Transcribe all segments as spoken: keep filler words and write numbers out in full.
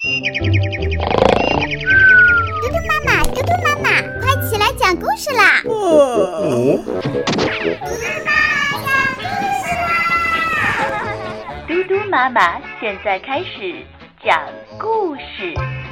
嘟嘟妈妈，嘟嘟妈妈，快起来讲故事啦！ 哦， 嘟嘟妈妈现在开始讲故事。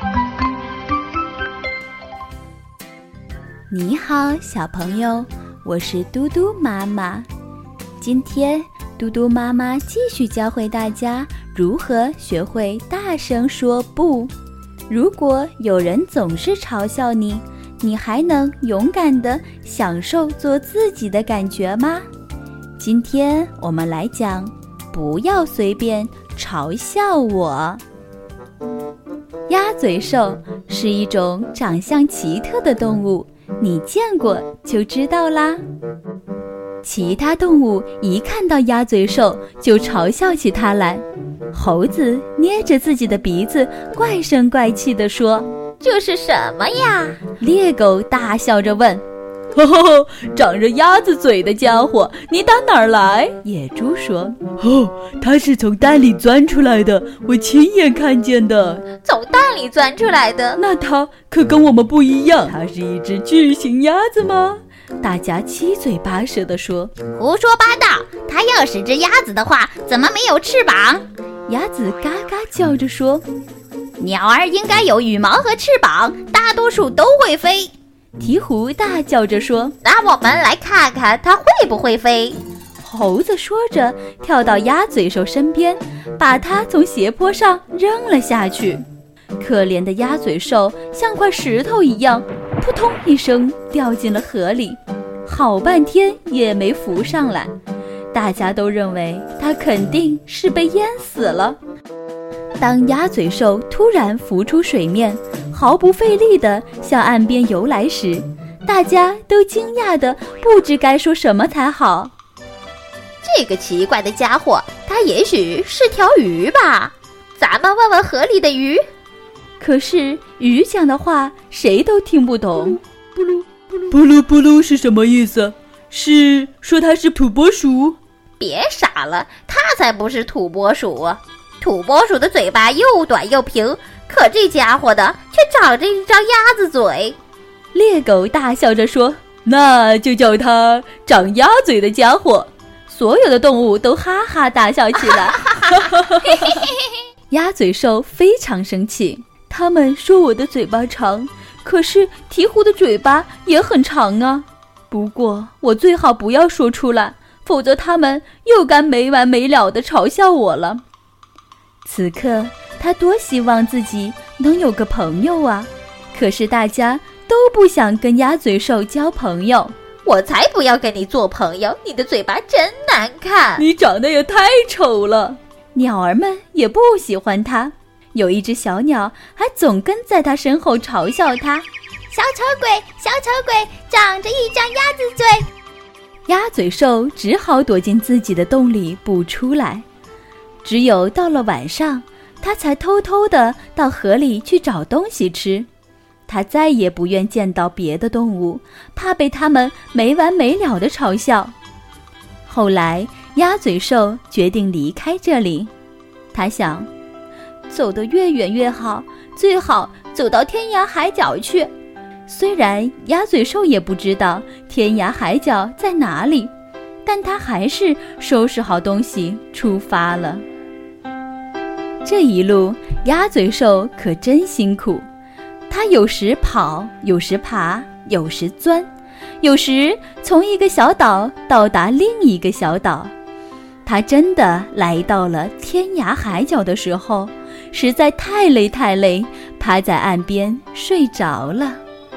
你好，小朋友，我是嘟嘟妈妈。今天嘟嘟妈妈继续教会大家如何学会大声说不。如果有人总是嘲笑你，你还能勇敢地享受做自己的感觉吗？今天我们来讲，不要随便嘲笑我。鸭嘴兽是一种长相奇特的动物，你见过就知道啦。其他动物一看到鸭嘴兽就嘲笑起它来。猴子捏着自己的鼻子，怪声怪气地说：“ 这是什么呀？” 猎狗大笑着问：“呵呵呵，长着鸭子嘴的家伙，你打哪儿来？”野猪说：“ 哦，它是从蛋里钻出来的，我亲眼看见的。” 从蛋里钻出来的？ 那它可跟我们不一样，它是一只巨型鸭子吗？ 大家七嘴八舌地说：“ 胡说八道！它要是只鸭子的话，怎么没有翅膀？” 鸭子嘎嘎叫着说：“ 鸟儿应该有羽毛和翅膀，大多数都会飞。” 鹈鹕大叫着说：“ 那我们来看看它会不会飞。” 猴子说着，跳到鸭嘴兽身边，把它从斜坡上扔了下去。可怜的鸭嘴兽像块石头一样，扑通一声掉进了河里，好半天也没浮上来。大家都认为它肯定是被淹死了。当鸭嘴兽突然浮出水面，毫不费力地向岸边游来时，大家都惊讶得不知该说什么才好。 这个奇怪的家伙，它也许是条鱼吧？咱们问问河里的鱼。 可是鱼讲的话谁都听不懂。 布噜布噜布噜布噜是什么意思？是说它是土拨鼠？ 别傻了，它才不是土拨鼠。土拨鼠的嘴巴又短又平，可这家伙的却长着一张鸭子嘴。 猎狗大笑着说：“ 那就叫它长鸭嘴的家伙。” 所有的动物都哈哈大笑起来。鸭嘴兽非常生气，他们说我的嘴巴长，可是鹈鹕的嘴巴也很长啊。不过我最好不要说出来，否则他们又该没完没了地嘲笑我了。此刻他多希望自己能有个朋友啊，可是大家都不想跟鸭嘴兽交朋友。 我才不要跟你做朋友，你的嘴巴真难看， 你长得也太丑了。 鸟儿们也不喜欢它，有一只小鸟还总跟在它身后嘲笑它：“ 小丑鬼，小丑鬼，长着一张鸭子嘴。” 鸭嘴兽只好躲进自己的洞里不出来。只有到了晚上，它才偷偷地到河里去找东西吃。它再也不愿见到别的动物，怕被它们没完没了地嘲笑。后来鸭嘴兽决定离开这里，他想，走得越远越好，最好走到天涯海角去。虽然鸭嘴兽也不知道天涯海角在哪里，但他还是收拾好东西出发了。这一路鸭嘴兽可真辛苦，它有时跑，有时爬，有时钻，有时从一个小岛到达另一个小岛。他真的来到了天涯海角的时候，实在太累太累，趴在岸边睡着了。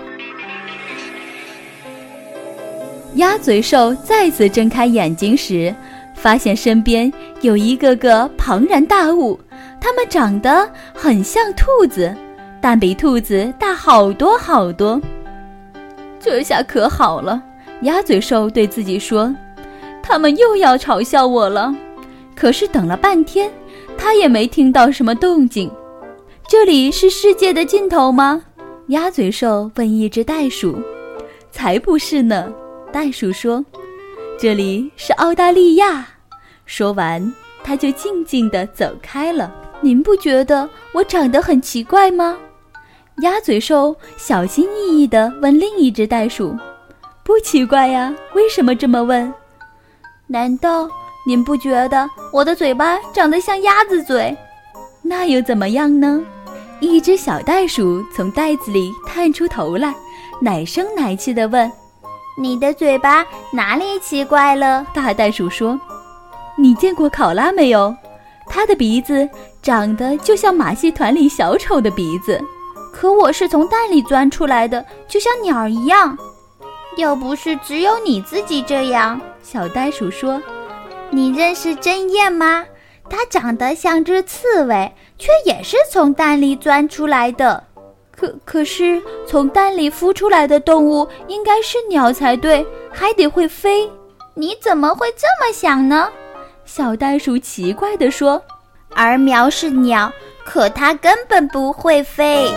鸭嘴兽再次睁开眼睛时，发现身边有一个个庞然大物，它们长得很像兔子，但比兔子大好多好多。这下可好了，鸭嘴兽对自己说，他们又要嘲笑我了。可是等了半天，他也没听到什么动静。这里是世界的尽头吗？鸭嘴兽问一只袋鼠。才不是呢，袋鼠说，这里是澳大利亚。说完，他就静静地走开了。 您不觉得我长得很奇怪吗？鸭嘴兽小心翼翼地问另一只袋鼠。不奇怪呀，为什么这么问？难道您不觉得我的嘴巴长得像鸭子嘴？那又怎么样呢？一只小袋鼠从袋子里探出头来，奶声奶气地问： 你的嘴巴哪里奇怪了？ 大袋鼠说：你见过考拉没有？它的鼻子长得就像马戏团里小丑的鼻子。可我是从蛋里钻出来的，就像鸟一样。 又不是只有你自己这样， 小袋鼠说。 你认识针燕吗？它长得像只刺猬，却也是从蛋里钻出来的。 可可是从蛋里孵出来的动物应该是鸟才对，还得会飞。 你怎么会这么想呢？ 小袋鼠奇怪地说。 儿苗是鸟，可它根本不会飞。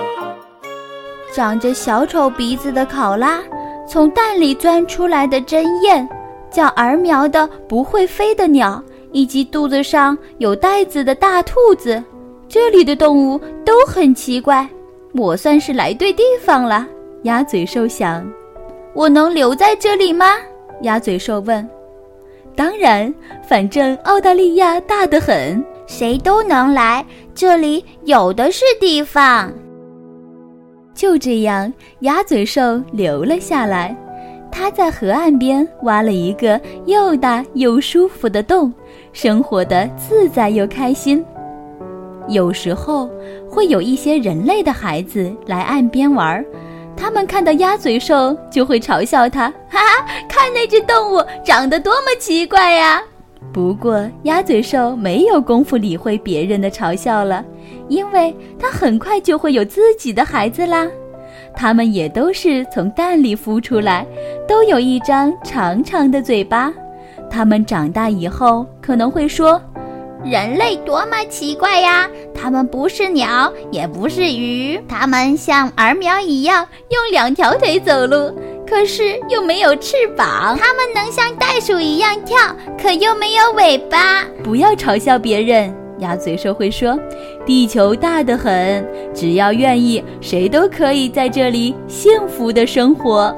长着小丑鼻子的考拉，从蛋里钻出来的针燕，叫儿苗的不会飞的鸟，以及肚子上有带子的大兔子，这里的动物都很奇怪。我算是来对地方了。鸭嘴兽想。我能留在这里吗？鸭嘴兽问。当然，反正澳大利亚大得很， 谁都能来，这里有的是地方。 就这样，鸭嘴兽留了下来。它在河岸边挖了一个又大又舒服的洞，生活得自在又开心。有时候会有一些人类的孩子来岸边玩，他们看到鸭嘴兽就会嘲笑它，哈哈，看那只动物长得多么奇怪呀！不过鸭嘴兽没有功夫理会别人的嘲笑了，因为它很快就会有自己的孩子啦。它们也都是从蛋里孵出来，都有一张长长的嘴巴。它们长大以后可能会说， 人类多么奇怪呀！它们不是鸟，也不是鱼，它们像儿苗一样用两条腿走路，可是又没有翅膀。它们能像袋鼠一样跳，可又没有尾巴。 不要嘲笑别人，鸭嘴兽会说，地球大得很，只要愿意，谁都可以在这里幸福地生活。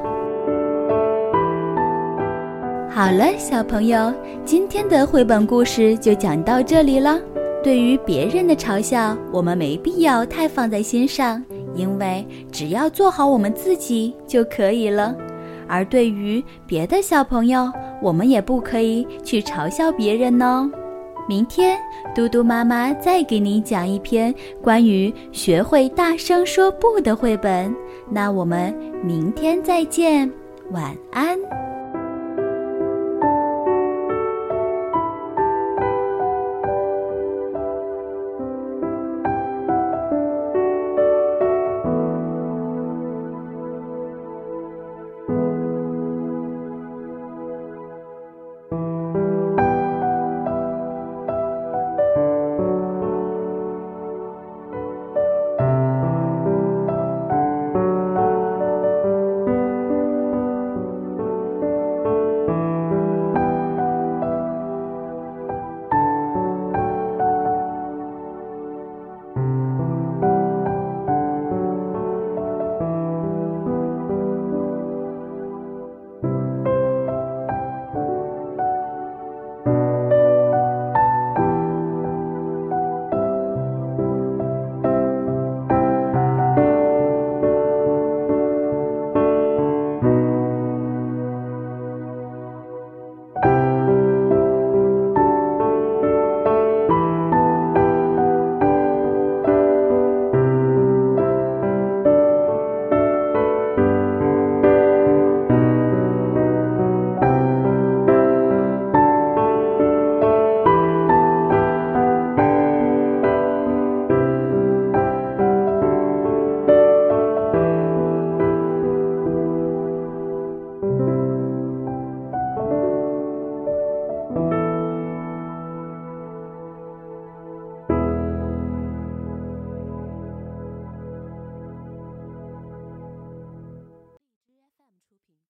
好了，小朋友，今天的绘本故事就讲到这里了。对于别人的嘲笑，我们没必要太放在心上，因为只要做好我们自己就可以了。而对于别的小朋友，我们也不可以去嘲笑别人哦。明天嘟嘟妈妈再给你讲一篇关于学会大声说不的绘本，那我们明天再见，晚安。